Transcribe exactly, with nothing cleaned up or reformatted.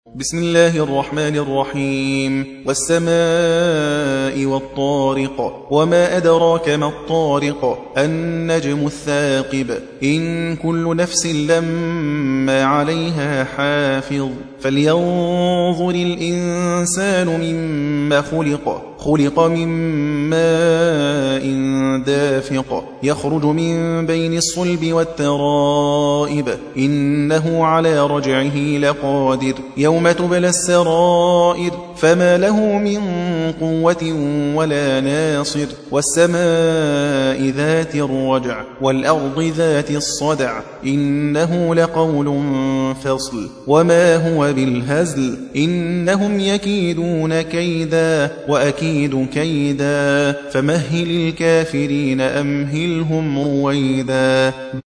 بسم الله الرحمن الرحيم والسماء والطارق وما أدراك ما الطارق النجم الثاقب إن كل نفس لما عليها حافظ فلينظر الإنسان مما خلق خلق من ماء دافق يخرج من بين الصلب والترائب إنه على رجعه لقادر يوم تبلى السرائر فما له من قوة ولا ناصر والسماء ذات الرجع والأرض ذات الصدع إنه لقول فصل وما هو بالهزل إنهم يكيدون كيدا وأكيد كيدا فمهل الكافرين أمهلهم رويدا.